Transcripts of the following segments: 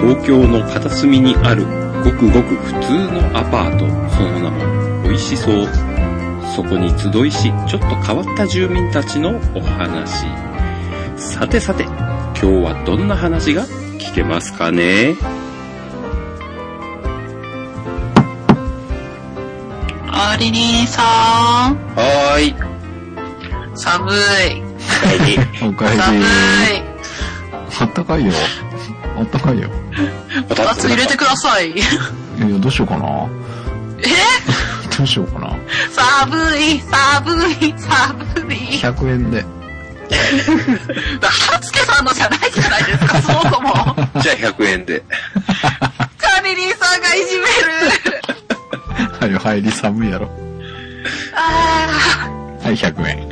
東京の片隅にあるごくごく普通のアパート、その名も美味しそう。そこに集いし、ちょっと変わった住民たちのお話。さてさて、今日はどんな話が聞けますかね。 あリリーさん。 はーい。 寒い。 おかえり。 寒い。 あったかいよ。あったかいよ。 こたつ入れてください。 いや、どうしようかな。どうしようかな。 寒い。 100円で。 はつけさんのじゃないじゃないですか、そもそも。 じゃあ100円で。 リリーさんがいじめる。 はい、入り寒いやろ。はい、100円。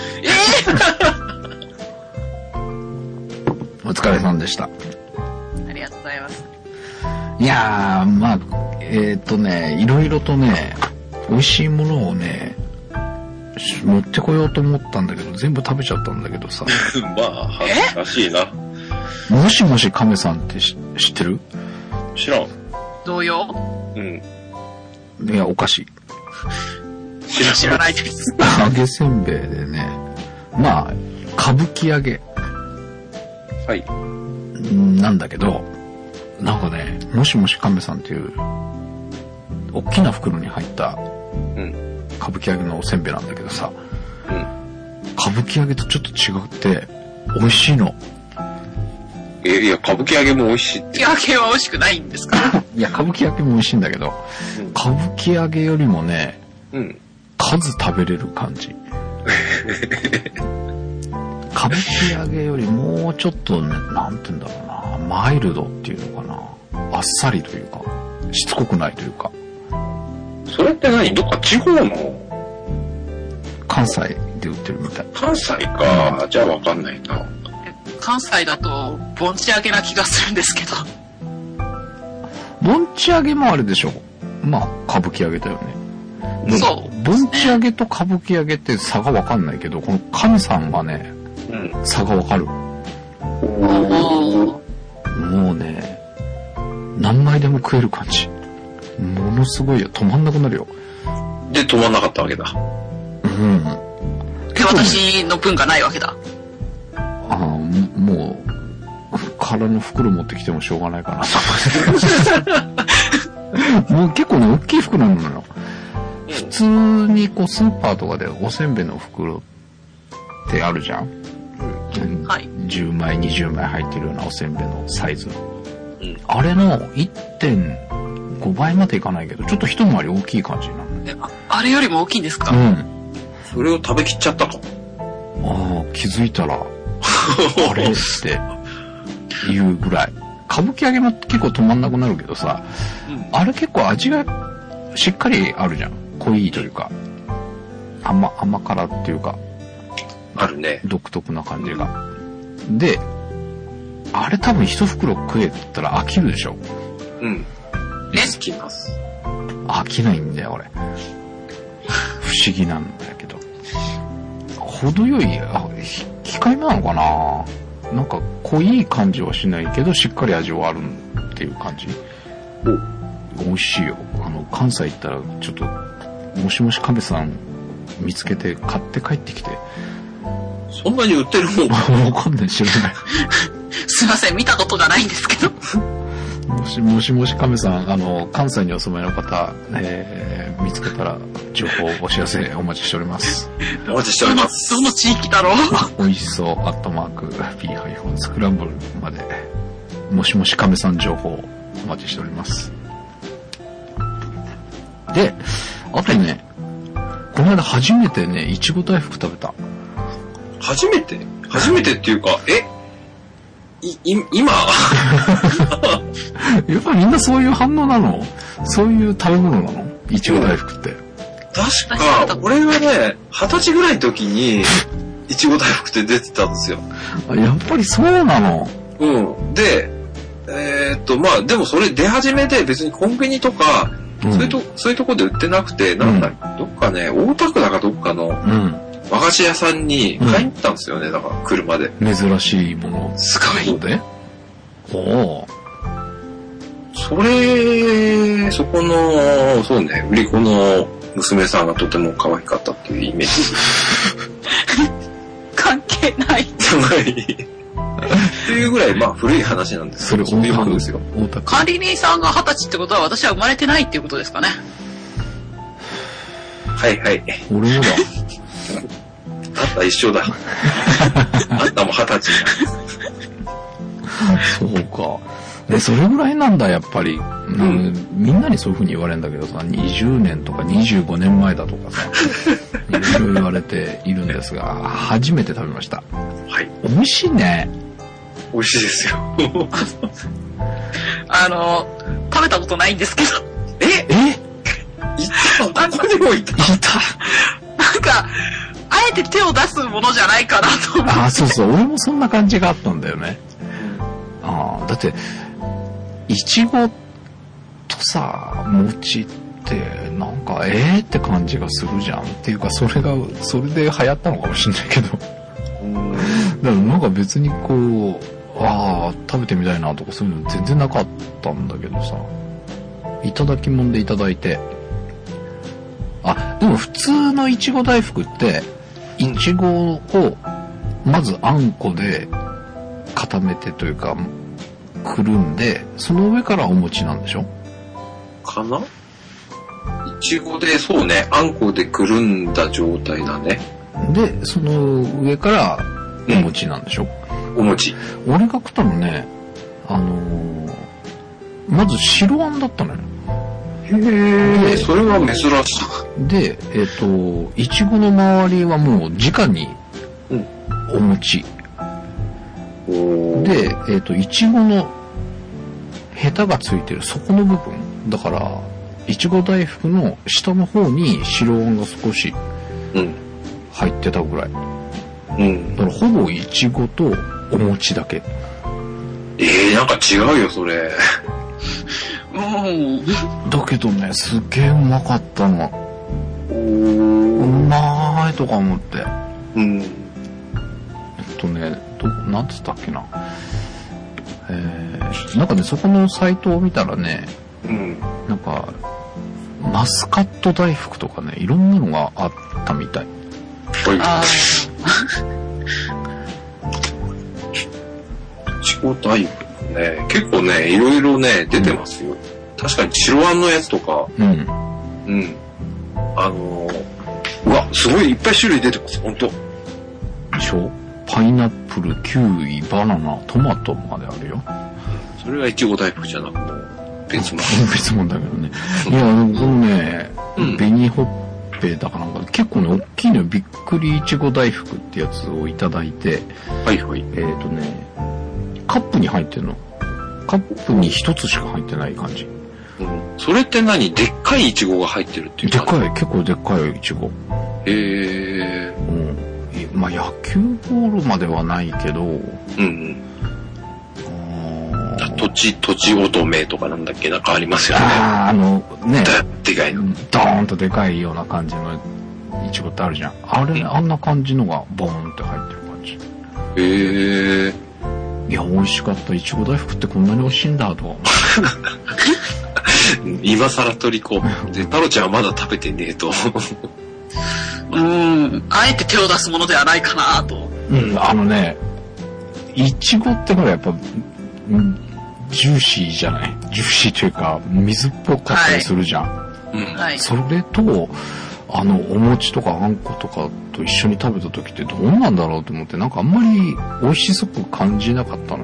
お疲れさんでした。 ありがとうございます。 いやー、まあ、いろいろとね、美味しいものをね、持ってこようと思ったんだけど、全部食べちゃったんだけどさ。 まあ、恥ずかしいな。 もしもし亀さんって知ってる？ 知らん。 どうよ？ うん。 いや、お菓子。 知らないです。 揚げせんべいでね、まあ、歌舞伎揚げ。 はい。 なんだけど、なんかね、もしもし亀さんっていう、大きな袋に入った、歌舞伎揚げのおせんべいなんだけどさ、歌舞伎揚げとちょっと違って、美味しいの。 いや、歌舞伎揚げも美味しいって。 歌舞伎揚げは美味しくないんですか？ いや、歌舞伎揚げも美味しいんだけど、歌舞伎揚げよりもね、数食べれる感じ。歌舞伎揚げよりもうちょっとね、なんて言うんだろうな、マイルドっていうのかな、あっさりというか、しつこくないというか。 それって何？どっか地方の？ 関西で売ってるみたい。 関西か、じゃあわかんないな。 関西だと盆地揚げな気がするんですけど。 盆地揚げもあれでしょ。まあ歌舞伎揚げだよね。 そう。 盆地揚げと歌舞伎揚げって差がわかんないけど、この神さんはね、差がわかる。もうね、何枚でも食える感じ。ものすごいよ。止まんなくなるよ。 で、止まんなかったわけだ。 で、私の分がないわけだ。 もう、空の袋持ってきてもしょうがないかな。もう結構ね、大きい袋なのよ。普通にこうスーパーとかでおせんべいの袋ってあるじゃん。 はい。 10枚、20枚入ってるようなおせんべいのサイズ。あれの 1.5 倍までいかないけど、ちょっと一回り大きい感じなの。 あれよりも大きいんですか？ それを食べきっちゃったかも。気づいたら、あれっていうぐらい。歌舞伎揚げも結構止まんなくなるけどさ、あれ結構味がしっかりあるじゃん。濃いというか、甘辛っていうか、 あるね。 独特な感じが。で、あれ多分一袋食えたら飽きるでしょ。 飽きます。 飽きないんだよ、俺。不思議なんだけど。程よい、控えめなのかな？なんか濃い感じはしないけど、しっかり味はあるっていう感じ。美味しいよ。関西行ったら、ちょっと、もしもし亀さん見つけて買って帰ってきて。 そんなに売ってるもん？ わかんない、知らない。 すいません、見たことがないんですけど。 もしもし亀さん、関西にお住まいの方、見つけたら情報お知らせお待ちしております。 お待ちしております。 どの地域だろう？ おいしそう、@p- スクランブルまで、もしもし亀さん情報お待ちしております。で、あとね、この間初めてね、いちご大福食べた。 初めてっていうか、今やっぱりみんなそういう反応なの？そういう食べ物なの？いちご大福って。 確か、俺がね、20歳ぐらいの時に、いちご大福って出てたんですよ。 やっぱりそうなの？ で、まあ、でもそれ出始めで別にコンビニとか、そういうとこで売ってなくて、なんだ、どっかね、大田区だかどっかの、和菓子屋さんに買いに行ったんですよね、だから車で。 珍しいもの。 すごい。 でおそこの、そうね、売り子の娘さんがとても可愛かったっていうイメージ。 関係ない。 っていうぐらい、まあ古い話なんですけど、そういうもんですよ。 管理人さんが20歳ってことは私は生まれてないっていうことですかね。 はいはい。 俺もだ。 あんた一緒だ。あんたも20歳だ。 そうか。それぐらいなんだ、やっぱり。みんなにそういう風に言われるんだけどさ、20年とか25年前だとかさ、いろいろ言われているんですが、初めて食べました。 はい。 美味しいね。 美味しいですよ。 食べたことないんですけど。 いた？どこでもいた？ いた。 なんか、あえて手を出すものじゃないかなと思って。 あ、そうそう、俺もそんな感じがあったんだよね。だって、いちごとさ、餅って、なんか、って感じがするじゃん。っていうか、それで流行ったのかもしれないけど。だからなんか別にこう、食べてみたいなとかそういうの全然なかったんだけどさ。いただきもんでいただいて。でも普通のいちご大福って、いちごを、まずあんこで固めてというか、くるんで、その上からお餅なんでしょ？ かな？いちごで、そうね、あんこでくるんだ状態だね。 で、その上からお餅なんでしょ？ お餅。 俺が食ったのね、まず白あんだったのよ。 へえ、それは珍しい。で、いちごの周りはもう直にお餅。で、いちごのヘタがついてる底の部分。だから、いちご大福の下の方に白あんが少し入ってたぐらい。だからほぼいちごとお餅だけ。 なんか違うよ、それ。 だけどね、すげえうまかったの。うまーいとか思って。なんつったっけな。なんかね、そこのサイトを見たらね、なんか、マスカット大福とかね、いろんなのがあったみたい。いちご大福ね、結構ね、いろいろね、出てますよ。確かに白あんのやつとか、うわ、すごいいっぱい種類出てます、ほんと。でしょ？パイナップル、キウイ、バナナ、トマトまであるよ。それがいちご大福じゃなくて、別物。別物だけどね。いや、このね、紅ほっぺだかなんか、結構ね、大きいのよ。びっくりいちご大福ってやつをいただいて、カップに入ってるの。カップに一つしか入ってない感じ。それって何？でっかいイチゴが入ってるっていう感じ？でっかい、結構でっかいイチゴ。まあ野球ボールまではないけど、土地乙女とかなんだっけ、なんかありますよね。でかいの。ドーンとでかいような感じのイチゴってあるじゃん。あれ、あんな感じのがボーンって入ってる感じ。いや、美味しかった。いちご大福ってこんなに美味しいんだとは思う。今更取り込む。で、太郎ちゃんはまだ食べてねえと。 あえて手を出すものではないかなと。 いちごってほらやっぱ、ジューシーじゃない？ジューシーというか、水っぽかったりするじゃん。それと、お餅とかあんことかと一緒に食べた時ってどうなんだろうと思って、なんかあんまり美味しそく感じなかったの。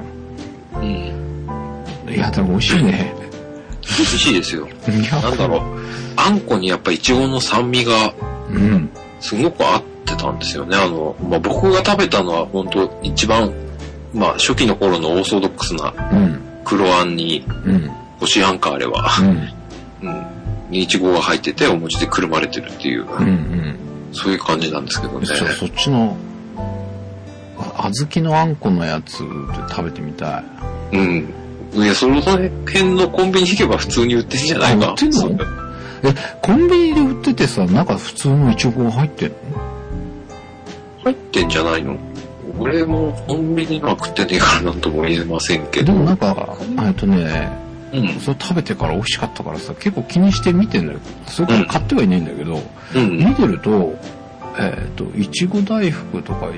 いや、でも美味しいね。美味しいですよ。なんだろう。あんこにやっぱいちごの酸味が、すごく合ってたんですよね。僕が食べたのは本当一番、初期の頃のオーソドックスな黒あんに、こしあんかあれは。いちごが入っててお餅でくるまれてるっていう、そういう感じなんですけどね。そっちの小豆のあんこのやつで食べてみたい。いや、その辺のコンビニ行けば普通に売ってんじゃないか。売ってんの？コンビニで売っててさ、なんか普通のいちごが入ってんの？入ってんじゃないの？俺もコンビニのは食ってねえからなんとも言えませんけど。でもなんか、 それ食べてから美味しかったからさ、結構気にして見てんだよ。それから買ってはいないんだけど、見てると、いちご大福とか言って、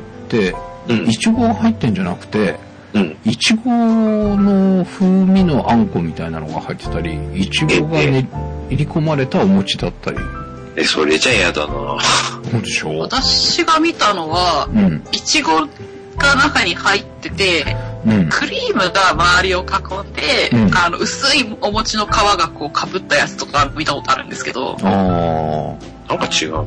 いちごが入ってんじゃなくて、いちごの風味のあんこみたいなのが入ってたり、いちごがね、入り込まれたお餅だったり。 それじゃ嫌だな。 そうでしょ？ 私が見たのは、いちごが中に入ってて、クリームが周りを囲んで、薄いお餅の皮がこう被ったやつとか見たことあるんですけど。 なんか違う。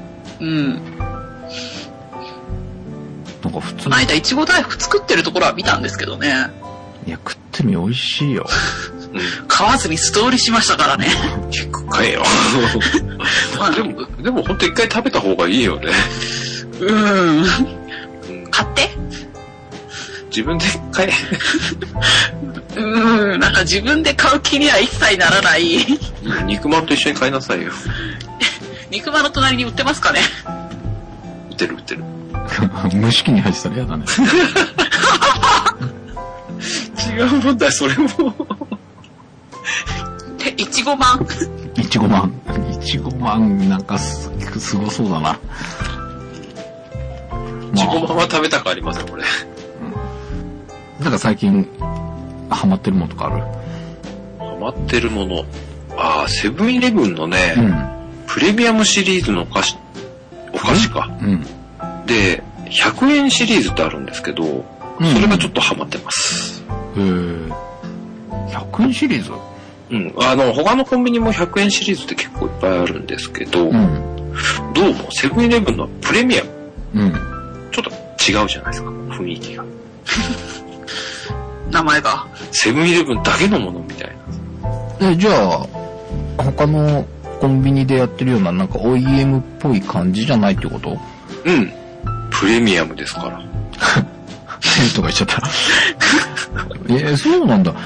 なんか普通。 この間いちご大福作ってるところは見たんですけどね。 いや、食ってみ美味しいよ。 買わずに素通りしましたからね。 結構買えよ。でも本当一回食べた方がいいよね。 買って自分で買え。 なんか自分で買う気には一切ならない。 肉まんと一緒に買いなさいよ。 肉まんの隣に売ってますかね？ 売ってる。 蒸し器に入ってたら嫌だね。 違うもんだよ、それも。 いちごまん。 いちごまん、なんかすごそうだな。 いちごまんは食べたくありません、これ。 なんか最近、ハマってるものとかある？ ハマってるもの。セブンイレブンのね、プレミアムシリーズのお菓子か。で、100円シリーズってあるんですけど、それがちょっとハマってます。 100円シリーズ？ 他のコンビニも100円シリーズって結構いっぱいあるんですけど、どうもセブンイレブンのプレミアム、ちょっと違うじゃないですか、雰囲気が。 名前が。 セブンイレブンだけのものみたいな。じゃあ、他のコンビニでやってるようななんか OEM っぽい感じじゃないってこと？ プレミアムですから。 とか言っちゃった。そうなんだ。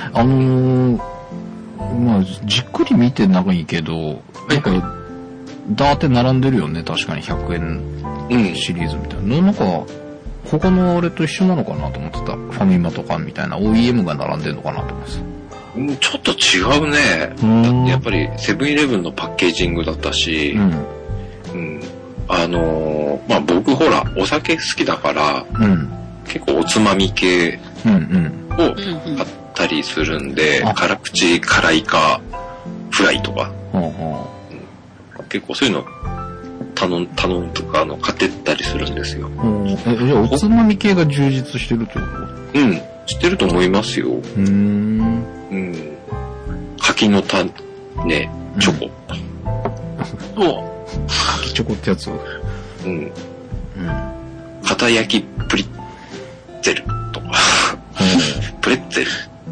まあ、じっくり見てないけど、なんか、ダーって並んでるよね、確かに100円シリーズみたいな。なんか、他のあれと一緒なのかなと思ってた。ファミマとかみたいな OEM が並んでるのかなと思ってた。ちょっと違うね。だってやっぱりセブンイレブンのパッケージングだったし、まあ僕ほら、お酒好きだから、結構おつまみ系を買ったりするんで、辛口辛イカフライとか、結構そういうの頼むとか買ってったりするんですよ。 じゃあおつまみ系が充実してるってこと？ 知ってると思いますよ。柿の種チョコ。 柿チョコってやつ？ 片焼きプリッツェルとか。プレッツェル。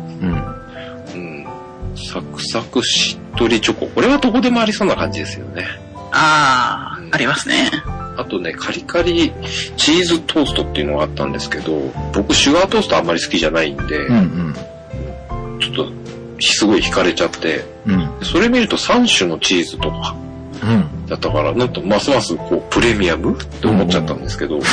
サクサクしっとりチョコ。これはどこでもありそうな感じですよね。 ありますね。 あとね、カリカリチーズトーストっていうのがあったんですけど、僕シュガートーストあんまり好きじゃないんで、ちょっとすごい惹かれちゃって、それ見ると3種のチーズとかだったから、なんとますますこうプレミアムって思っちゃったんですけど。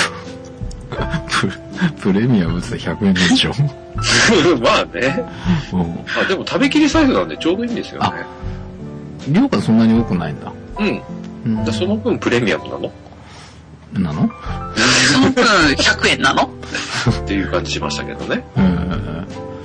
プレミアムって100円でしょ。 まあね。でも食べきりサイズなんでちょうどいいんですよね。 量がそんなに多くないんだ。 その分プレミアムなの？ その分100円なの？ っていう感じしましたけどね。 なるほどね。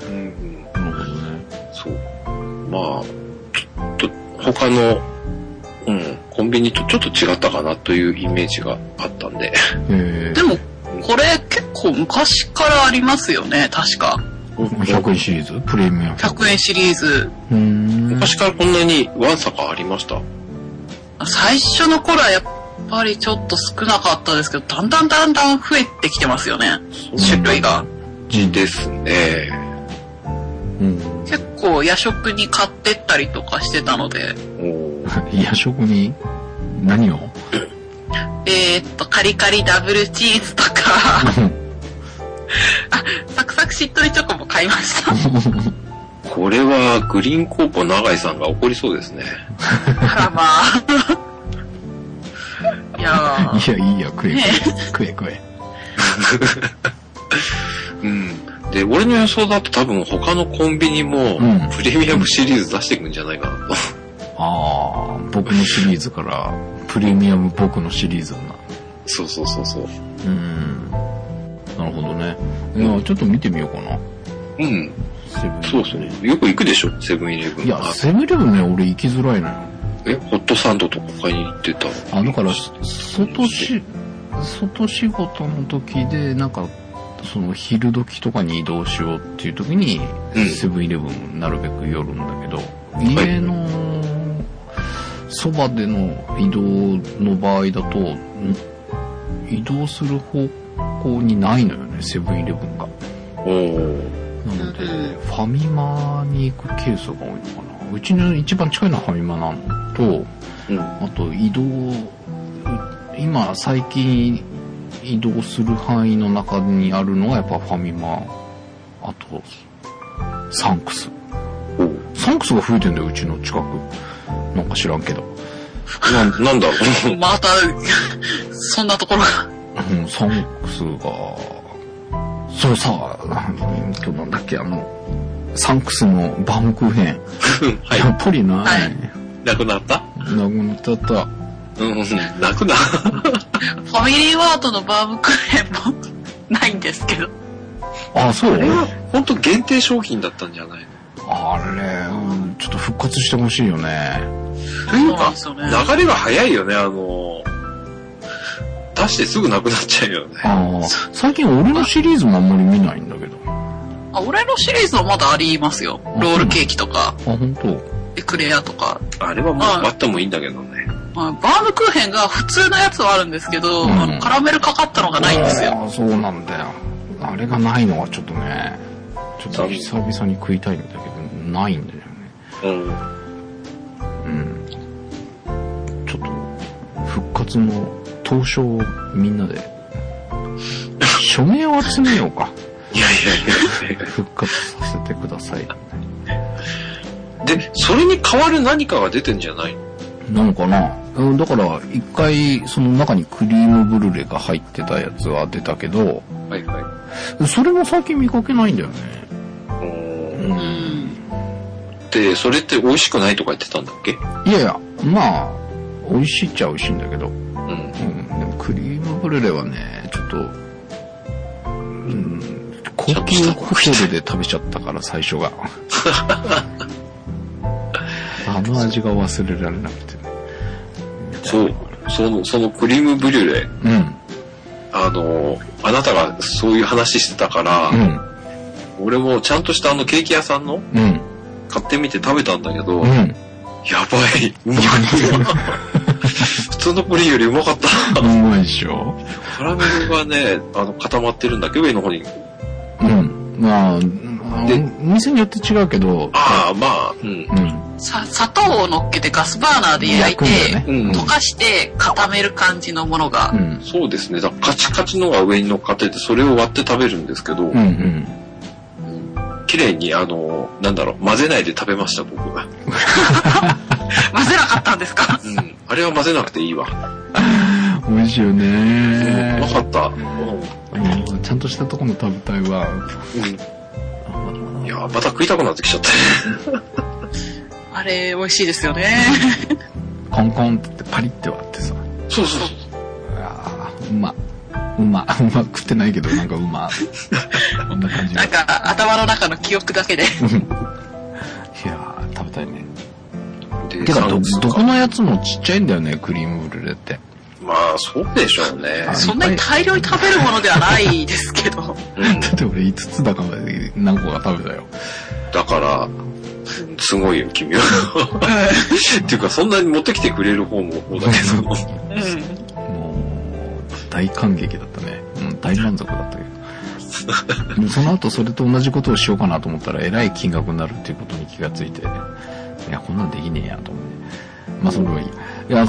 そう。まあ、ちょっと他の、コンビニとちょっと違ったかなというイメージがあったんで。 でも、これ結構昔からありますよね、確か。 100円シリーズ？プレミアム。 100円シリーズ。 昔からこんなにわんさかありました？ 最初の頃はやっぱりちょっと少なかったですけど、だんだん増えてきてますよね、種類が。 ですね。 結構夜食に買ってったりとかしてたので。 夜食に何を？ カリカリダブルチーズとかサクサクしっとりチョコも買いました。 これはグリーンコーポ永井さんが怒りそうですね。 まあいやいいや食え。 でで、俺の予想だと多分他のコンビニも、プレミアムシリーズ出していくんじゃないかなと。 ああ、僕のシリーズから、プレミアム僕のシリーズになる。 そうそうそうそう。 なるほどね。いや、ちょっと見てみようかな。 うん。そうそう。よく行くでしょ、セブンイレブン。 いや、セブンイレブンね、俺行きづらいのよ。 ホットサンドとか買いに行ってた。 だから、外仕事の時で、なんか、その昼時とかに移動しようっていう時に、セブンイレブンなるべく寄るんだけど、家のそばでの移動の場合だと、移動する方向にないのよね、セブンイレブンが。なので、ファミマに行くケースが多いのかな。うちの一番近いのはファミマなのと、あと移動、今最近移動する範囲の中にあるのはやっぱファミマ、あとサンクス。サンクスが増えてんだよ、うちの近く。なんか知らんけど。 なんだろう。 また、そんなところが。 サンクスが、そうさ、なんだっけ、サンクスのバームクーヘン。はい、やっぱりない。はい、 なくなった？ なくなっちゃった。 なくな。 ファミリーワードのバームクーヘンもないんですけど。 あ、そう？ あれは本当限定商品だったんじゃないの？ あれ、ちょっと復活してほしいよね。 というか、流れが早いよね、出してすぐなくなっちゃうよね。 最近俺のシリーズもあんまり見ないんだけど。 俺のシリーズはまだありますよ。ロールケーキとか。 本当。 エクレアとか。 あれはもうあってもいいんだけどね。 バームクーヘンが普通のやつはあるんですけど、カラメルかかったのがないんですよ。 そうなんだよ。あれがないのはちょっとね、ちょっと久々に食いたいんだけど、ないんだよね。ちょっと、復活の当初をみんなで、署名を集めようか。 いや。 復活させてください。 で、それに代わる何かが出てんじゃないの？なのかな？だから、一回、その中にクリームブルレが入ってたやつは出たけど、 はいはい。 それも最近見かけないんだよね。 で、それって美味しくないとか言ってたんだっけ？ いやいや、まあ、美味しいっちゃ美味しいんだけど。でもクリームブルレはね、ちょっと、高級ホテルで食べちゃったから、最初が。あの味が忘れられなくてね。 そう、そのクリームブリュレ。あなたがそういう話してたから、俺もちゃんとしたケーキ屋さんの、買ってみて食べたんだけど、やばい、うまい。普通のプリンよりうまかった。 うまいでしょ？ カラメルがね、固まってるんだけど、上の方に。 まあ、店によって違うけど。 砂糖を乗っけてガスバーナーで焼いて、溶かして固める感じのものが。 そうですね。だからカチカチのが上に乗っかってて、それを割って食べるんですけど、綺麗に混ぜないで食べました、僕は。 混ぜなかったんですか？ あれは混ぜなくていいわ。 美味しいよね。 うまかった。 ちゃんとしたところの食べたいわ。 いや、また食いたくなってきちゃった。 あれ、美味しいですよね。 コンコンってパリって割ってさ。 そう。 うま食ってないけど、なんかうま。こんな感じ。 なんか、頭の中の記憶だけで。いやー、食べたいね。てか、どこのやつもちっちゃいんだよね、クリームブルレって。 まあ、そうでしょうね。 そんなに大量に食べるものではないですけど。 だって俺5つだから何個か食べたよ。 だから、すごいよ、君は。っていうか、そんなに持ってきてくれる方だけど。もう、 大感激だったね。大満足だったけど。その後それと同じことをしようかなと思ったら、えらい金額になるっていうことに気がついて、いや、こんなんできねえやと思って。まあ、それはいい。いや、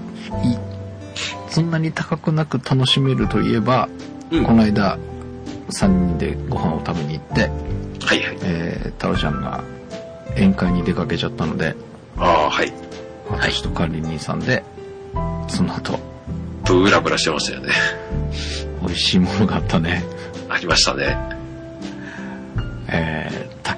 そんなに高くなく楽しめるといえば、この間、3人でご飯を食べに行って、タロちゃんが宴会に出かけちゃったので、私と管理人さんで、その後、 ブラブラしてましたよね。 美味しいものがあったね。 ありましたね。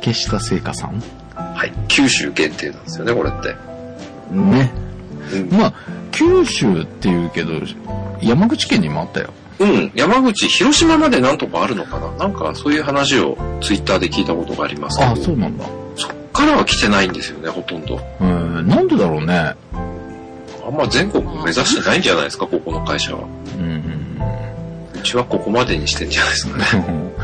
竹下製菓さん。 はい。九州限定なんですよね、これって。 ね。まあ、九州って言うけど、山口県にもあったよ。 うん。山口、広島までなんとかあるのかな。なんかそういう話をツイッターで聞いたことがありますけど。 あ、そうなんだ。 そっからは来てないんですよね、ほとんど。 なんでだろうね。 あんま全国目指してないんじゃないですか、ここの会社は。うちはここまでにしてんじゃないですかね。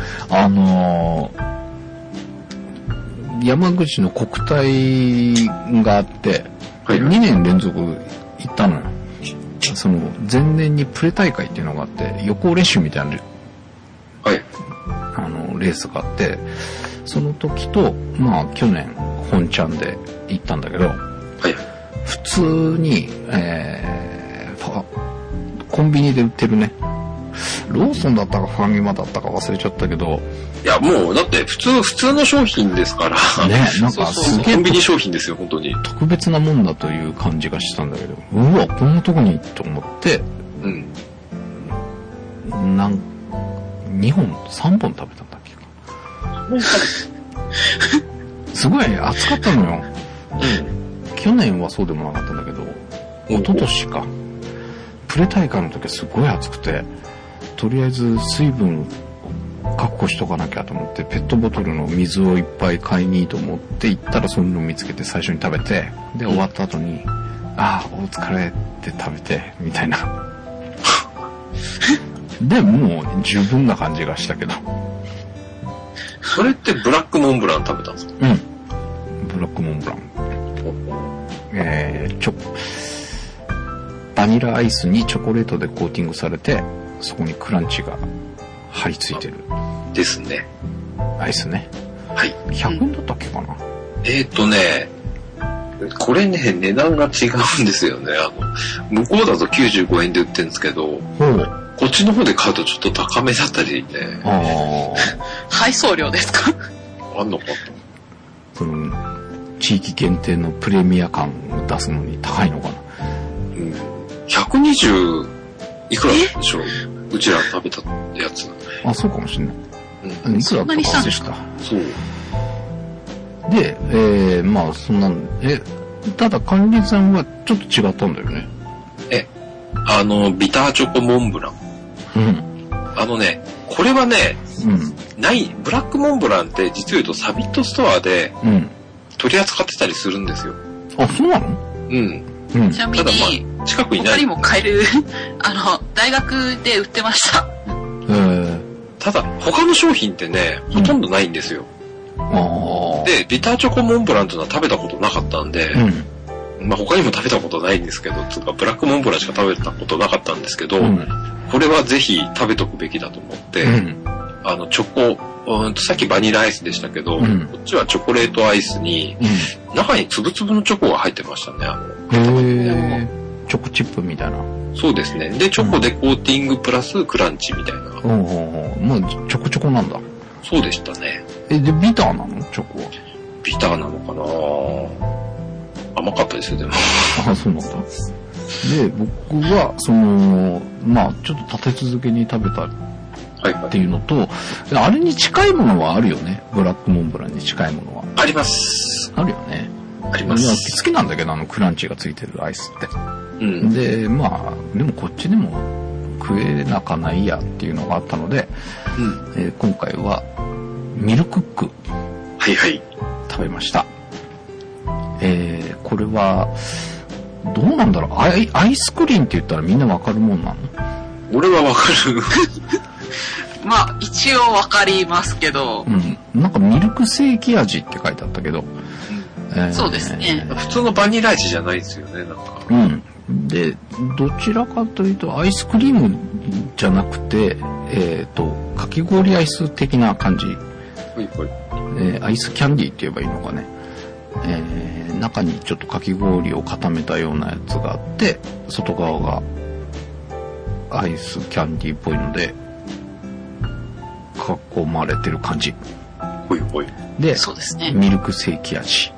山口の国体があって、はい、2年連続行ったのよ。その前年にプレ大会っていうのがあって、予行練習みたいな、 はい、 レースがあって、その時と、まあ去年本ちゃんで行ったんだけど、はい、普通に、コンビニで売ってるね、ローソンだったかファミマだったか忘れちゃったけど、 いやもうだって普通の商品ですからね、なんかすげえコンビニ商品ですよ、本当に特別なもんだという感じがしたんだけど、うわこんなとこにと思って、2本3本食べたんだっけかすごい暑かったのよ、去年はそうでもなかったんだけど、一昨年かプレ大会の時はすごい暑くて、とりあえず水分確保しとかなきゃと思ってペットボトルの水をいっぱい買いにと思って行ったらそういうのを見つけて最初に食べて、で終わった後にああお疲れって食べてみたいなでもう十分な感じがしたけど。 それってブラックモンブラン食べたんですか？ブラックモンブラン、バニラアイスにチョコレートでコーティングされて、そこにクランチが張り付いてるですね。 アイスね。 はい。 100円だったっけかな。 これね、値段が違うんですよね。向こうだと95円で売ってるんですけど、こっちの方で買うとちょっと高めだったりね。 配送料ですか？ あんのかと。 その地域限定のプレミア感を出すのに高いのかな。 120いくらでしょう？うちら食べたやつ。 あ、そうかもしれない。いくらだったか忘れした。 そう。 で、まあそんなん、ただ管理さんはちょっと違ったんだよね。 ビターチョコモンブラン。これはね、ブラックモンブランって実を言うとサミットストアで取り扱ってたりするんですよ。 あ、そうなの？ ちなみに、 近くにない。 他にも買える、大学で売ってました。 ただ、他の商品ってね、ほとんどないんですよ。で、ビターチョコモンブランというのは食べたことなかったんで、まあ他にも食べたことないんですけど、つうかブラックモンブランしか食べたことなかったんですけど、これはぜひ食べとくべきだと思って、チョコ、さっきバニラアイスでしたけど、こっちはチョコレートアイスに、中につぶつぶのチョコが入ってましたね。 チョコチップみたいな。 そうですね。で、チョコでコーティングプラスクランチみたいな。 まあ、チョコチョコなんだ。 そうでしたね。 で、ビターなの？チョコは。 ビターなのかな？甘かったですよ、でも。 あ、そうなんだ。で、僕は、まあ、ちょっと立て続けに食べたっていうのと、あれに近いものはあるよね。ブラックモンブランに近いものは。 あります。 あるよね。 あります。 いや、好きなんだけど、クランチがついてるアイスって。で、まあ、でもこっちでも食えなかないやっていうのがあったので、今回はミルクック。 はいはい。 食べました。これは、どうなんだろう、アイスクリーンって言ったらみんなわかるもんなの？ 俺はわかる。 まあ、一応わかりますけど。 なんかミルクセーキ味って書いてあったけど。 そうですね。 普通のバニラ味じゃないですよね、なんか。 で、どちらかというとアイスクリームじゃなくて、かき氷アイス的な感じ。アイスキャンディーって言えばいいのかね。中にちょっとかき氷を固めたようなやつがあって、外側がアイスキャンディーっぽいので囲まれてる感じ。で、 そうですね。 ミルクセーキ味。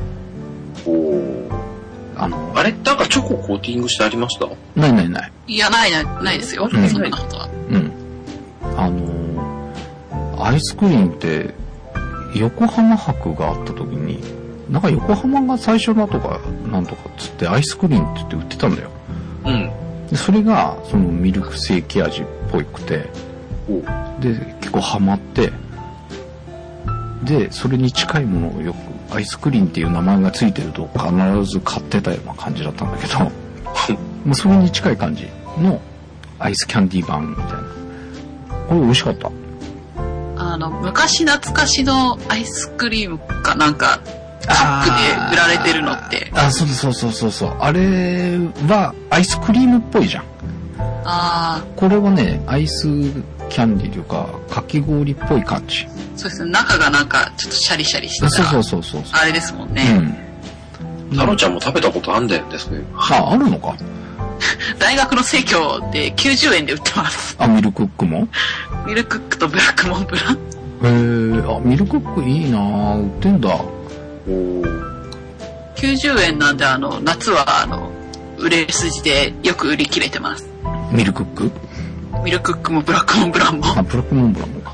あれなんかチョココーティングしてありました？ ない。 いや、ないですよ。そんなことは。 アイスクリームって横浜博があった時に、なんか横浜が最初だとか、なんとかっつってアイスクリーンって言って売ってたんだよ。 うん。 でそれが、そのミルクセーキ味っぽくて、で、結構ハマって、で、それに近いものをよく、アイスクリーンっていう名前がついてると必ず買ってたような感じだったんだけど、もうそれに近い感じのアイスキャンディー版みたいな。これ美味しかった。 昔懐かしのアイスクリームかなんか、カップで売られてるのって。 そう。あれはアイスクリームっぽいじゃん。これはね、アイスキャンディーというか、かき氷っぽい感じ。 そうですね、中がなんかちょっとシャリシャリしてた。 そう。 あれですもんね。 タロちゃんも食べたことあんだよね、それ。 あるのか。 大学の生協で90円で売ってます。 ミルクックも？ ミルクックとブラックモンブラン。 ミルクックいいなぁ、売ってんだ。 90円なんで夏は売れ筋でよく売り切れてます。 ミルクック？ ミルクックもブラックモンブランも。 ブラックモンブランもか。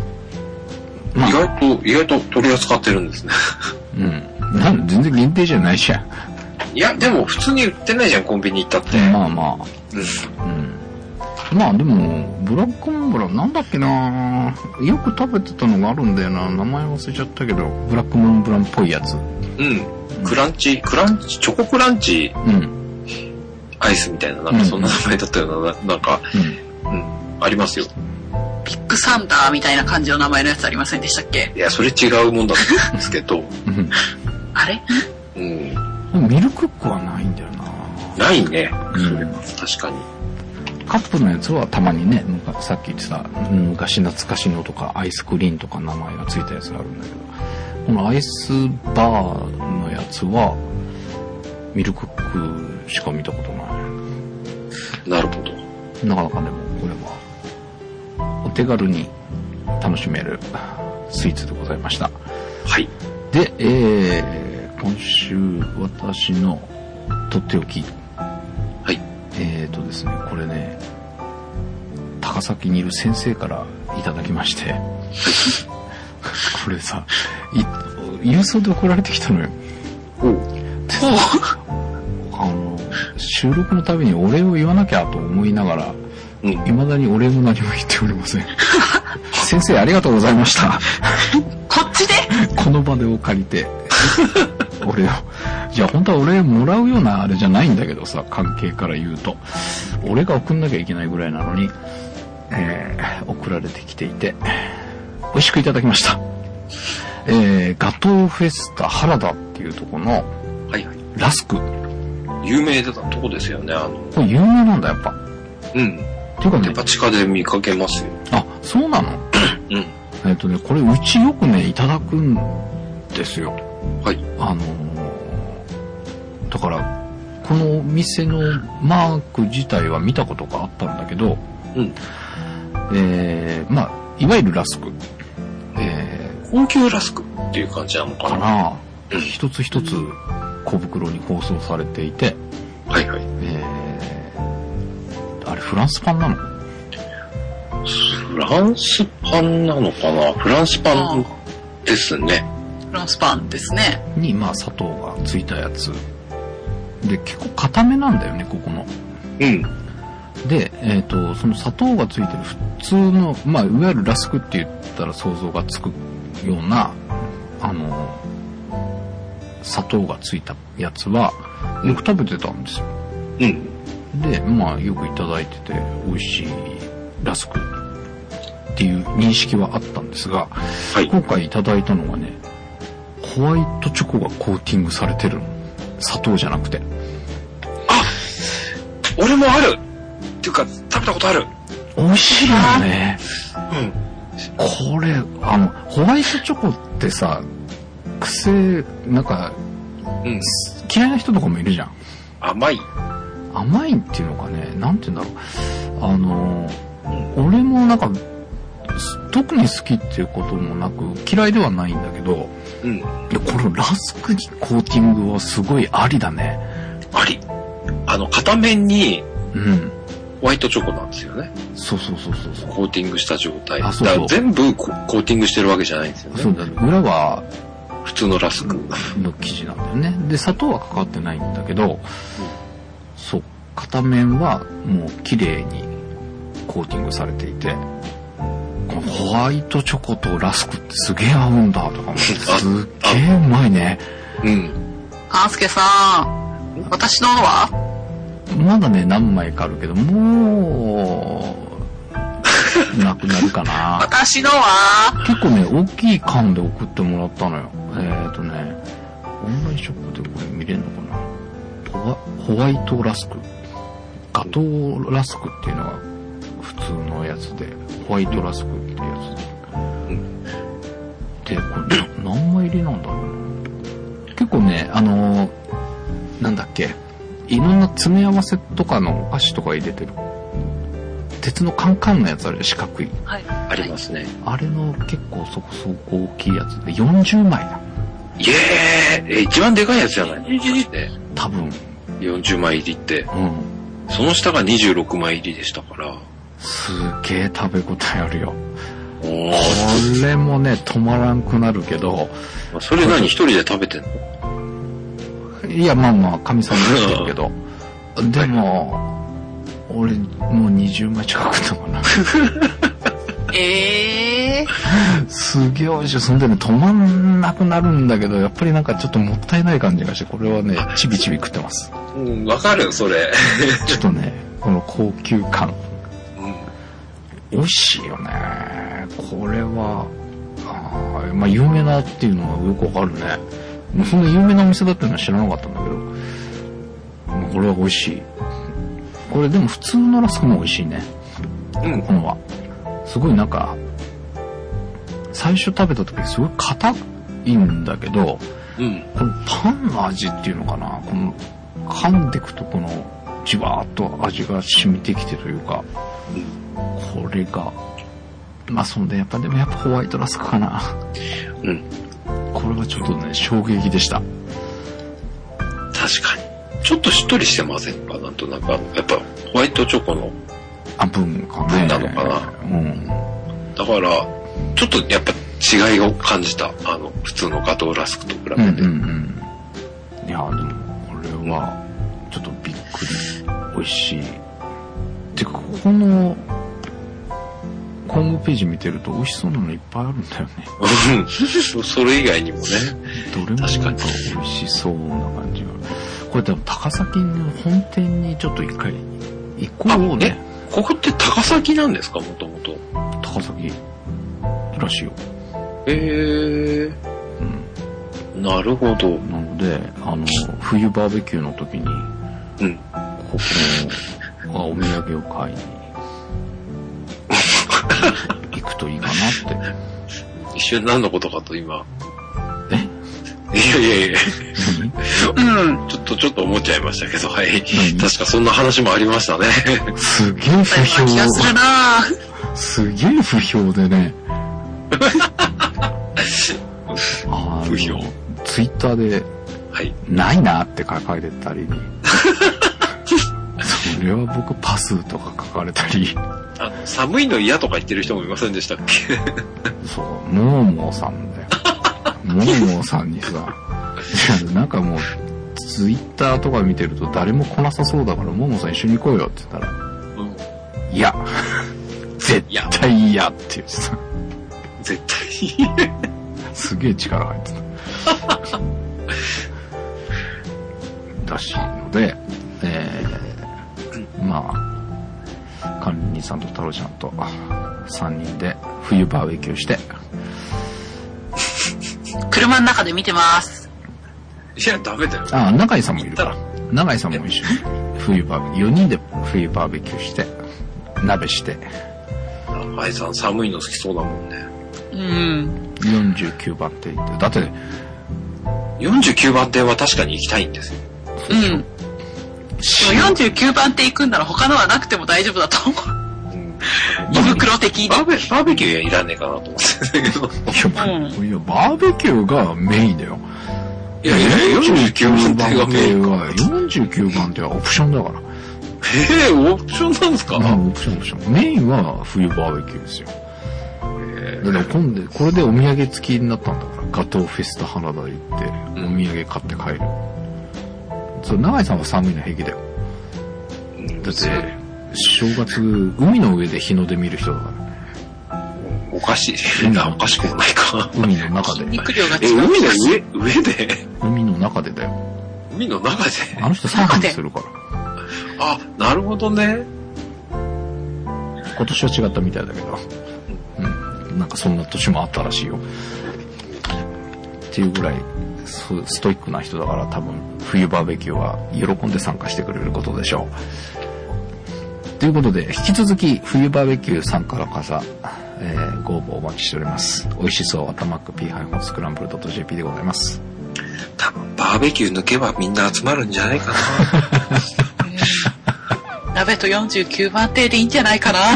意外と取り扱ってるんですね。 全然限定じゃないじゃん。 いや、でも普通に売ってないじゃん、コンビニ行ったって。 まあでも、ブラックモンブランなんだっけなよく食べてたのがあるんだよな。名前忘れちゃったけど、ブラックモンブランっぽいやつ。 クランチ、チョコクランチ、アイスみたいな、なんかそんな名前だったような、なんか、ありますよ。 ビッグサンダーみたいな感じの名前のやつありませんでしたっけ？ いや、それ違うもんだったんですけど。 あれ？ ミルクックはないんだよな。 ないね。確かに。 カップのやつはたまにね、さっき言ってた昔懐かしのとかアイスクリーンとか名前がついたやつがあるんだけど、このアイスバーのやつはミルクックしか見たことない。 なるほど。 なかなかでもこれはお手軽に楽しめるスイーツでございました。 はい。 で、今週私のとっておき。 はい。 ですね、これね、高崎にいる先生からいただきまして、これさ、郵送で送られてきたのよ。収録のたびにお礼を言わなきゃと思いながら、未だにお礼も何も言っておりません。先生ありがとうございました。 こっちでこの場でお借りて、お礼を。いや、本当は俺もらうようなあれじゃないんだけどさ、関係から言うと。俺が送んなきゃいけないぐらいなのに、送られてきていて、美味しくいただきました。ガトーフェスタ原田っていうとこの、ラスク。 有名だったとこですよね、 これ有名なんだ、やっぱ。 っていうかね。やっぱ地下で見かけますよ。 あ、そうなの？これうちよくね、いただくんですよ。 はい。 だから、このお店のマーク自体は見たことがあったんだけど、いわゆるラスク。 高級ラスクっていう感じなのかな。 一つ一つ小袋に包装されていて、あれフランスパンなの？ フランスパンなのかな？フランスパンですね。 フランスパンですね。 に、砂糖がついたやつ。で、結構固めなんだよね、ここの。で、その砂糖がついてる普通の、いわゆるラスクって言ったら想像がつくような、砂糖がついたやつは、よく食べてたんですよ。で、よくいただいてて、美味しいラスクっていう認識はあったんですが、今回いただいたのがね、ホワイトチョコがコーティングされてるの。砂糖じゃなくて。 俺もあるっていうか、食べたことある。 美味しいよね。これ、ホワイトチョコってさ、なんか、嫌いな人とかもいるじゃん。甘いっていうのかね、なんて言うんだろう。俺もなんか、特に好きっていうこともなく、嫌いではないんだけど、このラスクにコーティングはすごいありだね。 片面に、 ホワイトチョコなんですよね。 そう。 コーティングした状態。 あ、そう。 だから全部コーティングしてるわけじゃないんですよね。 そうだね。裏は、 普通のラスクの生地なんだよね。で、砂糖はかかってないんだけど、そう、片面はもう綺麗にコーティングされていて、このホワイトチョコとラスクってすげえ合うんだとか思って、すっげえうまいね。 うん。 半助さん、私のはまだね、何枚かあるけど、もう、なくなるかな。 私のは結構ね、大きい缶で送ってもらったのよ。オンラインショップでこれ見れるのかな。ホワイトラスク。ガトーラスクっていうのが普通のやつで、ホワイトラスクっていうやつで。で、これ何枚入りなんだろうな。結構ね、なんだっけ、いろんな詰め合わせとかのお菓子とか入れてる。鉄のカンカンのやつあるよ、四角い。 はい。 ありますね。 あれの結構そこそこ大きいやつで40枚だ。 イエーイ！一番でかいやつじゃないの？ 多分。 40枚入りって。 うん。 その下が26枚入りでしたから。 すげえ食べ応えあるよ。 これもね、止まらんくなるけど。 それ何一人で食べてんの？ いや、まあ、神さんも言ってるけど。でも、俺、もう20枚近く食ったかな。すげえ美味しい。そんでね、止まんなくなるんだけど、やっぱりなんかちょっともったいない感じがして、これはね、ちびちび食ってます。 うん、わかるそれ。 ちょっとね、この高級感。美味しいよね。これは、まあ有名なっていうのはよくわかるね。そんな有名なお店だっていうのは知らなかったんだけど、これは美味しい。これでも普通のラスクも美味しいね。このは。すごいなんか、最初食べた時すごい硬いんだけど、このパンの味っていうのかな、この噛んでくとこのじわーっと味が染みてきてというか、これが、まあそんでやっぱホワイトラスクかな。これはちょっとね、衝撃でした。 確かに。ちょっとしっとりしてませんか？なんとなく、やっぱホワイトチョコの分かね。 分なのかな。だから、ちょっとやっぱ違いを感じた。普通のガトーラスクと比べて。いや、でも、これは、ちょっとびっくり。美味しい。てか、ここの、ホームページ見てると美味しそうなのいっぱいあるんだよね。 それ以外にもね。 どれもなんか美味しそうな感じが。これでも高崎の本店にちょっと一回行こうね。 ここって高崎なんですか、もともと。 高崎らしいよ。 なるほど。 なので、冬バーベキューの時に、ここのお土産を買いに行くといいかなって。 一瞬何のことかと今。いや。ちょっと思っちゃいましたけど、はい。確かそんな話もありましたね。 すげえ不評。すげえ不評でね。 不評。 ツイッターで、ないなって書かれてたりに。それは僕パスとか書かれたり。 寒いの嫌とか言ってる人もいませんでしたっけ？ そう、モーモーさんだよ。モーモーさんにさ、なんかもう、ツイッターとか見てると誰も来なさそうだから、モーモーさん一緒に行こうよって言ったら、いや、絶対嫌って言ってた。 絶対嫌。 すげえ力入ってた。らしいので、まあ、管理人さんと太郎ちゃんと3人で冬バーベキューして、 車の中で見てます。 いや、ダメだよ。 永井さんもいるから。永井さんも一緒に冬バーベキュー、4人で冬バーベキューして、鍋して。 永井さん寒いの好きそうだもんね。 49番店行って。だって、 49番店は確かに行きたいんですよ。 49番店行くんなら他のはなくても大丈夫だと思う。胃袋的に。 バーベキューはいらねえかなと思ってたけど。 いや、バーベキューがメインだよ。 いや、49番店がメインか。 49番店はオプションだから。 オプションなんですか？ オプション。メインは冬バーベキューですよ。でもこれでお土産付きになったんだから、ガトーフェスタ花田行って、お土産買って帰る。そう、長井さんは寒いの平気だよ。だって、正月、海の上で日の出見る人だから。 おかしい。おかしくもないか。 海の中で。 肉量が違う。 海の上で海の中でだよ。 海の中であの人サーフィンするから。 あ、なるほどね。 今年は違ったみたいだけど。なんかそんな年もあったらしいよ。っていうぐらいストイックな人だから多分冬バーベキューは喜んで参加してくれることでしょう。ということで引き続き冬バーベキュー参加の方、ご応募お待ちしております。美味しそう頭ック p-scramble.jp でございます。 多分バーベキュー抜けばみんな集まるんじゃないかな。鍋と49番亭でいいんじゃないかな。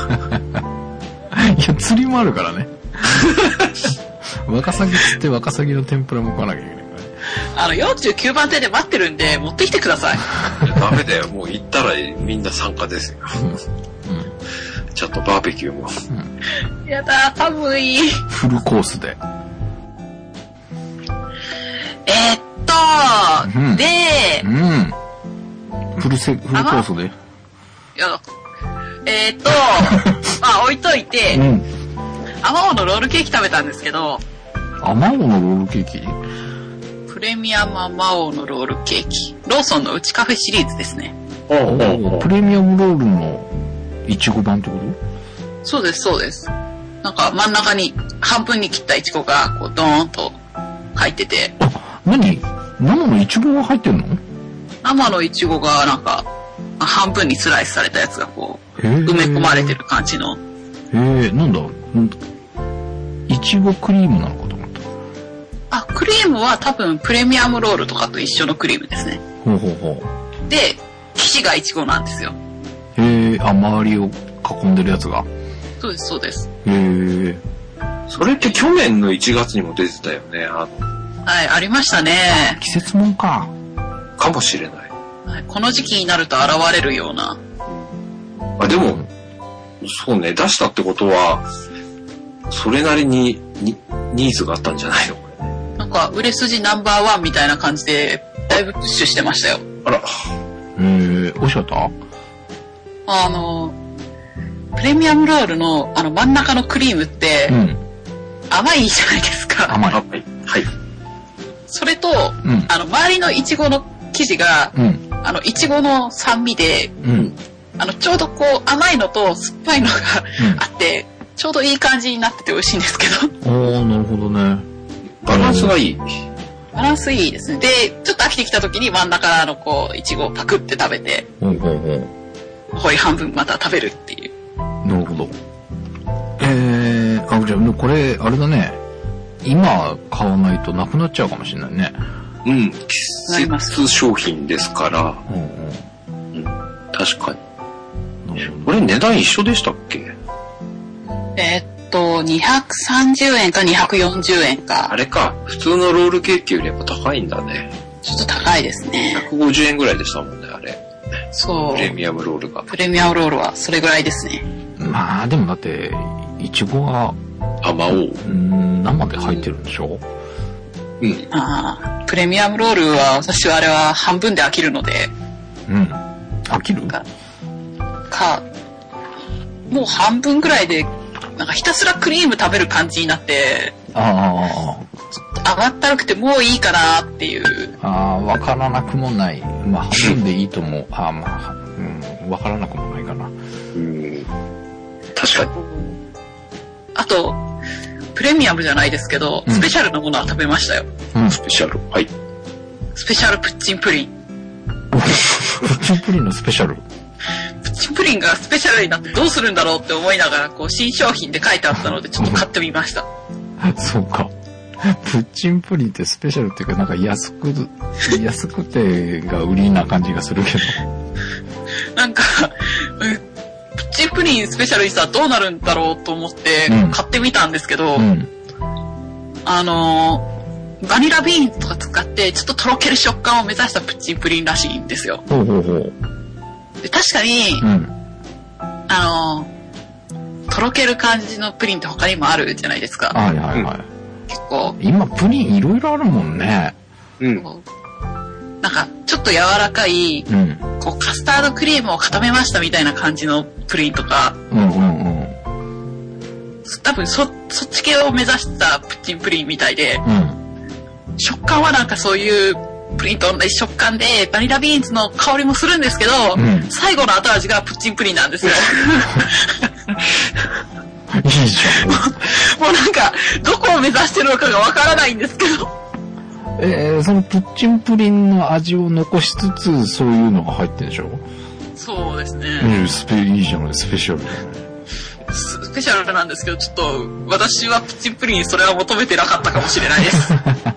いや、釣りもあるからね。ワカサギ釣ってワカサギの天ぷらも食わなきゃいけないからね。 49番亭で待ってるんで、持ってきてください。 ダメだよ、もう行ったらみんな参加ですよ。ちょっとバーベキューも。 やだ、寒い。 フルコースで。 で、 フルコースで。 まあ置いといて、アマオのロールケーキ食べたんですけど。 アマオのロールケーキ？ プレミアムアマオのロールケーキ。ローソンのうちカフェシリーズですね。 プレミアムロールのいちご版ってこと？ そうです、そうです。なんか真ん中に半分に切ったいちごがこうドーンと入ってて。 あ、何？生のいちごが入ってんの？ 生のいちごがなんか半分にスライスされたやつがこう埋め込まれてる感じの。 なんだ？いちごクリームなのかと思った。 あ、クリームは多分プレミアムロールとかと一緒のクリームですね。で、生地がいちごなんですよ。 周りを囲んでるやつが。 そうです、そうです。 それって去年の1月にも出てたよね。 はい、ありましたね。 季節もんか。 かもしれない。 はい、この時期になると現れるような。 あ、でも、そうね、出したってことは、それなりにニーズがあったんじゃないのこれ。 なんか、売れ筋ナンバーワンみたいな感じで、だいぶプッシュしてましたよ。 あら。 美味しかった？ プレミアムロールの真ん中のクリームって、甘いじゃないですか。 甘い。 はい。 それと、周りのイチゴの生地が、イチゴの酸味で、ちょうどこう甘いのと酸っぱいのがあって、ちょうどいい感じになってて美味しいんですけど。 なるほどね。 バランスがいい。 バランスいいですね。で、ちょっと飽きてきた時に真ん中のこう、イチゴをパクって食べて、残り半分また食べるっていう。 なるほど。じゃあこれ、あれだね。今買わないとなくなっちゃうかもしれないね。 季節商品ですから。確かに。これ値段一緒でしたっけ ？230円か240円か。 あれか、普通のロールケーキよりやっぱ高いんだね。 ちょっと高いですね。 150円ぐらいでしたもんね、あれ。 そう。 プレミアムロールが。 プレミアムロールはそれぐらいですね。 まあでもだって、イチゴが、生で入ってるんでしょ？ プレミアムロールは、私はあれは半分で飽きるので。 飽きる？ もう半分ぐらいで、なんかひたすらクリーム食べる感じになって、甘ったるくてもういいかなっていう。 わからなくもない。まあ半分でいいと思う。わからなくもないかな。 確かに。 あと、プレミアムじゃないですけど、スペシャルなものは食べましたよ。 スペシャル。はい。 スペシャルプッチンプリン。 プッチンプリンのスペシャル？ プッチンプリンがスペシャルになってどうするんだろうって思いながら、こう、新商品で書いてあったので、ちょっと買ってみました。 そうか。プッチンプリンってスペシャルっていうか、なんか安くてが売りな感じがするけど。なんか、 プッチンプリンスペシャルにさ、どうなるんだろうと思って買ってみたんですけど、バニラビーンズとか使ってちょっととろける食感を目指したプッチンプリンらしいんですよ。 で確かに、とろける感じのプリンって他にもあるじゃないですか。 はいはいはい。 結構。 今プリンいろいろあるもんね。 なんか、ちょっと柔らかい、こうカスタードクリームを固めましたみたいな感じのプリンとか、多分そっち系を目指したプッチンプリンみたいで、食感はなんかそういうプリンと同じ食感で、バニラビーンズの香りもするんですけど、最後の後味がプッチンプリンなんですよ。 いいじゃん。 もうなんか、どこを目指してるのかがわからないんですけど。 そのプッチンプリンの味を残しつつ、そういうのが入ってるでしょ？ そうですね。 いいじゃない、スペシャル。 スペシャルなんですけど、ちょっと、私はプッチンプリンにそれは求めてなかったかもしれないです。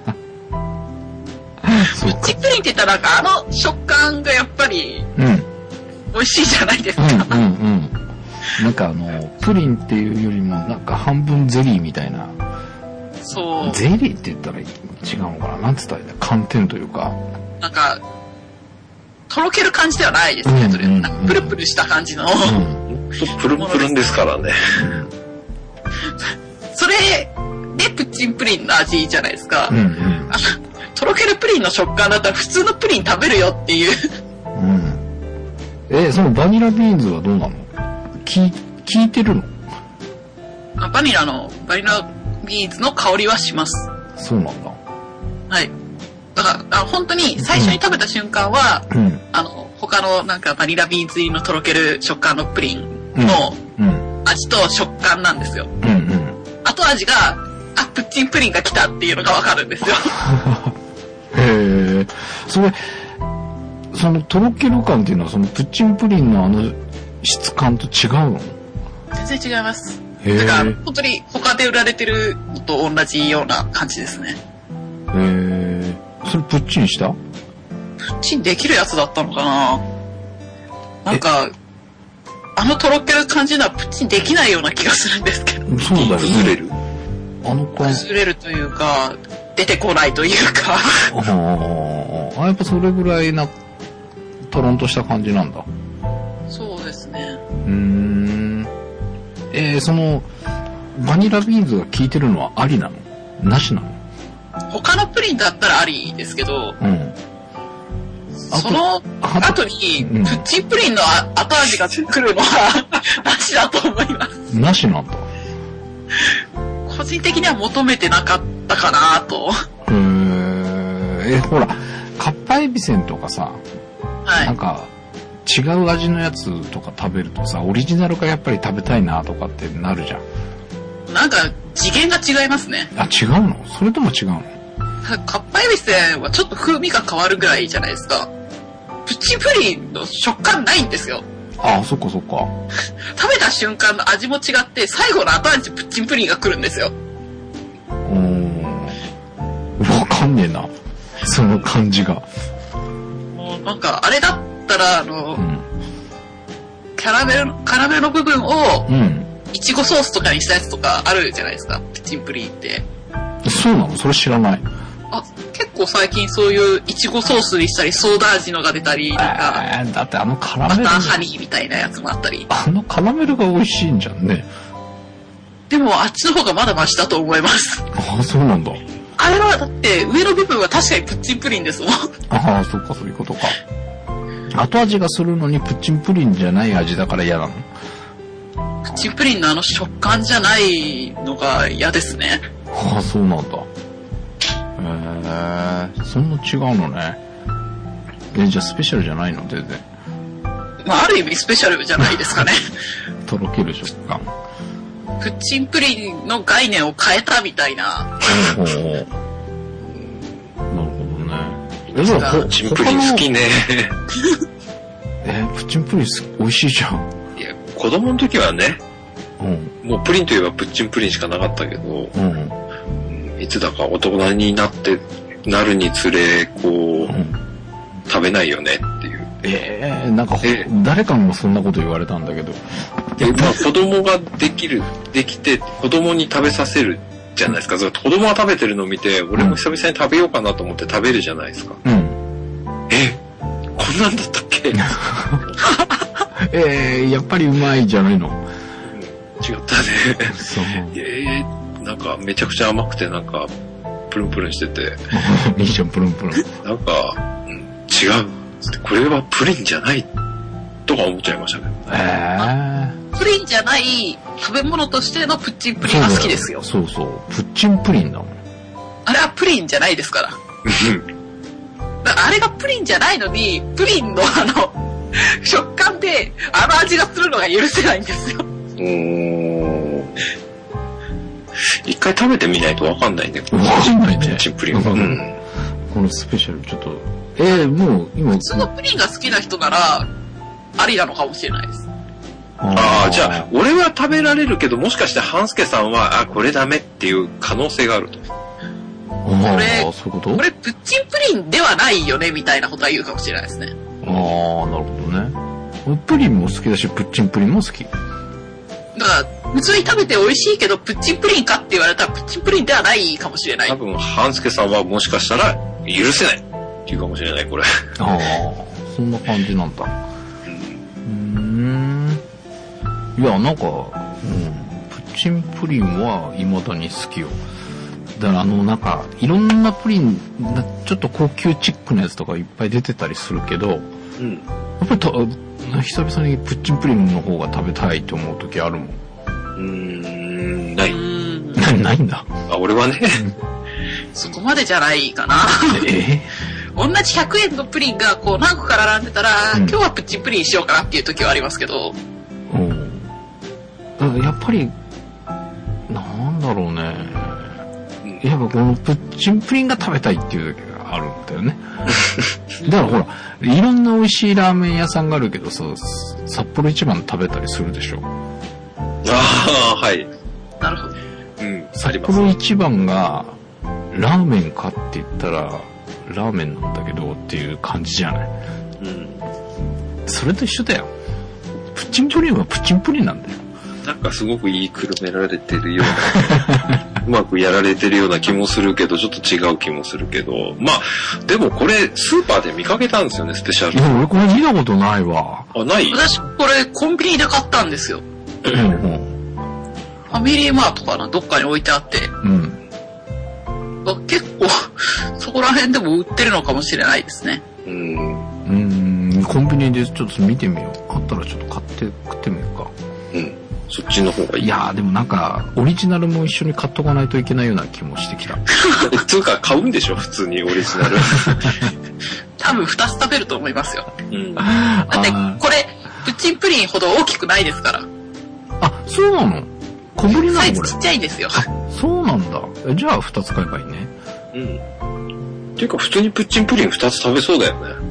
プッチンプリンって言ったらなんかあの食感がやっぱり、美味しいじゃないですか。 なんかプリンっていうよりもなんか半分ゼリーみたいな。 そう。 ゼリーって言ったら違うのかな、なんつったらいいんだ、寒天というか。 なんか、とろける感じではないですね。なんかプルプルした感じの。 プルプルンですからね。 それでプッチンプリンの味じゃないですか。とろけるプリンの食感だったら普通のプリン食べるよっていう。 そのバニラビーンズはどうなの？効いてるの？ バニラビーンズの香りはします。 そうなんだ。 はい。だから本当に最初に食べた瞬間は、他のなんかバニラビーンズ入りのとろける食感のプリンの味と食感なんですよ。後味が、プッチンプリンが来たっていうのがわかるんですよ。 へえ。そのとろける感っていうのはそのプッチンプリンの質感と違うの？ 全然違います。だから本当に他で売られてるのと同じような感じですね。 それプッチンした？ プッチンできるやつだったのかな？なんかとろける感じのはプッチンできないような気がするんですけど。 そうだよね。 崩れる？ 崩れるというか、出てこないというか。 やっぱそれぐらいな、トロンとした感じなんだ。 そうですね。 その、バニラビーンズが効いてるのはありなの？なしなの？ 他のプリンだったらありですけど、その後に、プッチンプリンの後味が来るのは、なしだと思います。 なしなんだ。 個人的には求めてなかったかなと。 ほら、かっぱえびせんとかさ、なんか、違う味のやつとか食べるとさ、オリジナルがやっぱり食べたいなとかってなるじゃん。 なんか、次元が違いますね。 違うの？それとも違うの？ かっぱえびせんはちょっと風味が変わるぐらいじゃないですか。プッチンプリンの食感ないんですよ。 そっかそっか。 食べた瞬間の味も違って、最後の後味プッチンプリンが来るんですよ。 わかんねえな。その感じが。 もうなんか、あれだったら、キャラメルの部分を、いちごソースとかにしたやつとかあるじゃないですか、プッチンプリンって。 そうなの？それ知らない。 結構最近そういういちごソースにしたり、ソーダ味のが出たり、なんか、 だってカラメル。 バターハニーみたいなやつもあったり。 カラメルが美味しいんじゃんね。 でも、あっちの方がまだマシだと思います。 そうなんだ。 あれは、だって、上の部分は確かにプッチンプリンですもん。 そっか、そういうことか。後味がするのにプッチンプリンじゃない味だから嫌なの？ プッチンプリンの食感じゃないのが嫌ですね。 そうなんだ。そんな違うのね。じゃあスペシャルじゃないの？全然。 ある意味スペシャルじゃないですかね。 とろける食感。 プッチンプリンの概念を変えたみたいな。 なるほどね。 プッチンプリン好きね。 プッチンプリン美味しいじゃん。 いや、子供の時はね、もうプリンといえばプッチンプリンしかなかったけど、いつだか大人になるにつれ、食べないよねっていう。 なんか誰かもそんなこと言われたんだけど。 子供ができて、子供に食べさせるじゃないですか。子供が食べてるのを見て、俺も久々に食べようかなと思って食べるじゃないですか。こんなんだったっけやっぱりうまいじゃないの。 違ったね。そう。なんかめちゃくちゃ甘くてなんかプルンプルンしてて。 いいじゃん、プルンプルン。 なんか、違う。これはプリンじゃないとか思っちゃいましたけど。 プリンじゃない食べ物としてのプッチンプリンが好きですよ。 そうそう。プッチンプリンだもん。 あれはプリンじゃないですから。あれがプリンじゃないのに、プリンの食感で味がするのが許せないんですよ。 一回食べてみないとわかんないね。 わかんないね。 プッチンプリンは。 このスペシャルちょっと、もう今。 普通のプリンが好きな人なら、ありなのかもしれないです。 じゃあ、俺は食べられるけど、もしかして半助さんは、これダメっていう可能性があると。 そういうこと？ これプッチンプリンではないよね、みたいなことは言うかもしれないですね。 なるほどね。プリンも好きだし、プッチンプリンも好き。 だから、普通に食べて美味しいけど、プッチンプリンかって言われたら、プッチンプリンではないかもしれない。 多分、半助さんはもしかしたら、許せないって言うかもしれない、これ。 そんな感じなんだ。いや、なんか、プッチンプリンは未だに好きよ。だからなんか、いろんなプリン、ちょっと高級チックなやつとかいっぱい出てたりするけど、やっぱり久々にプッチンプリンの方が食べたいと思う時あるもん。 ない。 ないんだ。 俺はね。 そこまでじゃないかな。同じ100円のプリンがこう何個か並んでたら、今日はプッチンプリンしようかなっていう時はありますけど。 やっぱり、なんだろうね。やっぱこのプッチンプリンが食べたいっていう時があるんだよね。だからほら、いろんな美味しいラーメン屋さんがあるけどさ、札幌一番食べたりするでしょ。 はい。 なるほど。 札幌一番がラーメンかって言ったら、ラーメンなんだけどっていう感じじゃない。それと一緒だよ。プッチンプリンはプッチンプリンなんだよ。 なんかすごく言いくるめられてるような、うまくやられてるような気もするけど、ちょっと違う気もするけど、まあ、でもこれ、スーパーで見かけたんですよね、スペシャル。 いや、俺これ見たことないわ。 ない？ 私、これコンビニで買ったんですよ。ファミリーマートかな、どっかに置いてあって。結構、そこら辺でも売ってるのかもしれないですね。 コンビニでちょっと見てみよう。買ったらちょっと買って食ってみようか。 そっちの方がいい。 いやーでもなんか、オリジナルも一緒に買っとかないといけないような気もしてきた。 つうか、買うんでしょ普通にオリジナル。 多分2つ食べると思いますよ。だって、これ、プッチンプリンほど大きくないですから。 そうなの？小ぶりなの？ サイズちっちゃいんですよ。 そうなんだ。じゃあ2つ買えばいいね。 っていうか、普通にプッチンプリン2つ食べそうだよね。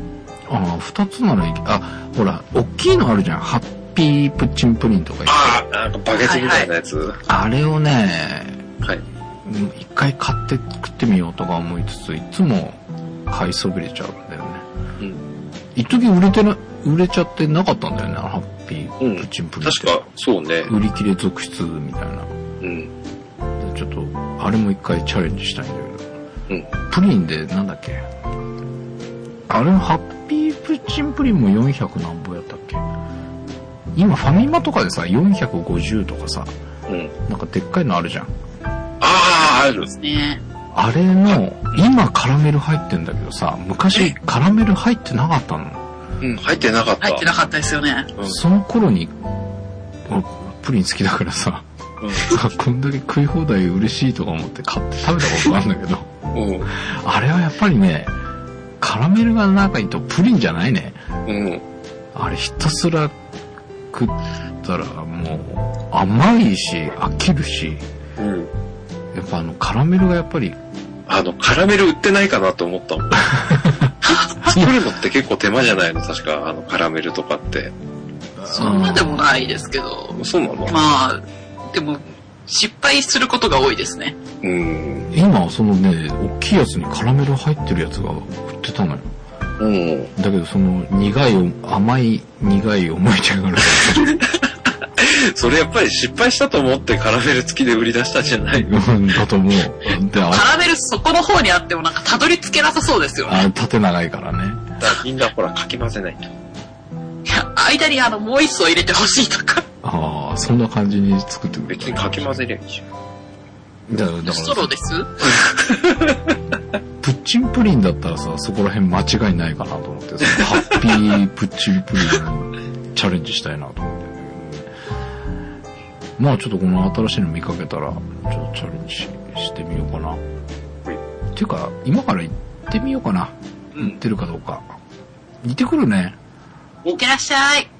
2つならいい。ほら、大きいのあるじゃん。ハッピープッチンプリンとかなんかバケツみたいなやつ。 あれをね、一回買って食ってみようとか思いつつ、いつも買いそびれちゃうんだよね。一時売れちゃってなかったんだよね、ハッピープッチンプリンって。 確か、そうね。 売り切れ続出みたいな。ちょっと、あれも一回チャレンジしたいんだけど。プリンでなんだっけ？あれのハッピープッチンプリンも400何ぼやったっけ？今ファミマとかでさ、450とかさ、なんかでっかいのあるじゃん。 あるね。 あれの、今カラメル入ってんだけどさ、昔カラメル入ってなかったの。 入ってなかった。 入ってなかったですよね。 その頃に、プリン好きだからさ、こんだけ食い放題嬉しいとか思って買って食べたことあるんだけど、あれはやっぱりね、カラメルが中にとプリンじゃないね。あれひたすら食ったらもう甘いし飽きるし、やっぱカラメルがやっぱりカラメル売ってないかなと思ったもん。作るのって結構手間じゃないの？確かカラメルとかって。 そんなでもないですけど。 そうなの？ まあでも失敗することが多いですね。 今そのね、大きいやつにカラメル入ってるやつが売ってたのよ。だけどその甘い苦い思い出がある。 それやっぱり失敗したと思ってカラメル付きで売り出したんじゃないの？ だと思う。 カラメル底の方にあってもなんかたどり着けなさそうですよね。 縦長いからね。 みんなほらかき混ぜないと。 いや、あ間にもう一層入れてほしいとか。 ああ、そんな感じに作ってくれる。 別にかき混ぜりゃいいじゃん。 だからストローですプッチンプリンだったらさ、そこら辺間違いないかなと思ってさ、ハッピープッチンプリンチャレンジしたいなと思ってんだけどね。まあちょっとこの新しいの見かけたら、ちょっとチャレンジしてみようかな。ていうか、今から行ってみようかな。行ってるかどうか。行ってくるね。 行ってらっしゃい。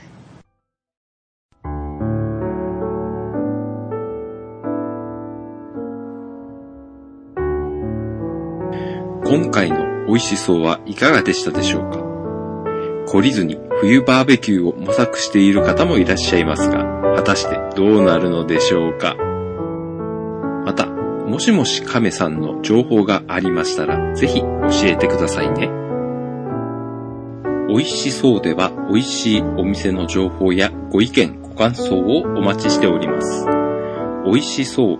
今回の美味しそうはいかがでしたでしょうか。懲りずに冬バーベキューを模索している方もいらっしゃいますが、果たしてどうなるのでしょうか。また、もしもし亀さんの情報がありましたら、ぜひ教えてくださいね。美味しそうでは美味しいお店の情報やご意見、ご感想をお待ちしております。美味しそう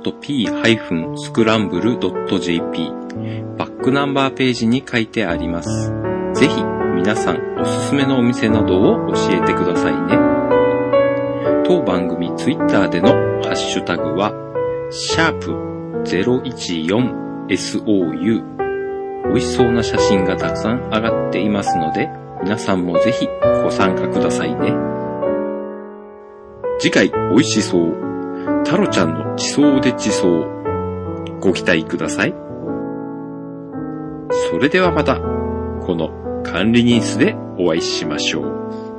@p-scramble.jp バックナンバーページに書いてあります。ぜひ皆さんおすすめのお店などを教えてくださいね。当番組ツイッターでのハッシュタグは#014SOU。美味しそうな写真がたくさん上がっていますので、皆さんもぜひご参加くださいね。次回美味しそう。タロちゃんの地層で地層。ご期待ください。それではまた、この管理人室でお会いしましょう。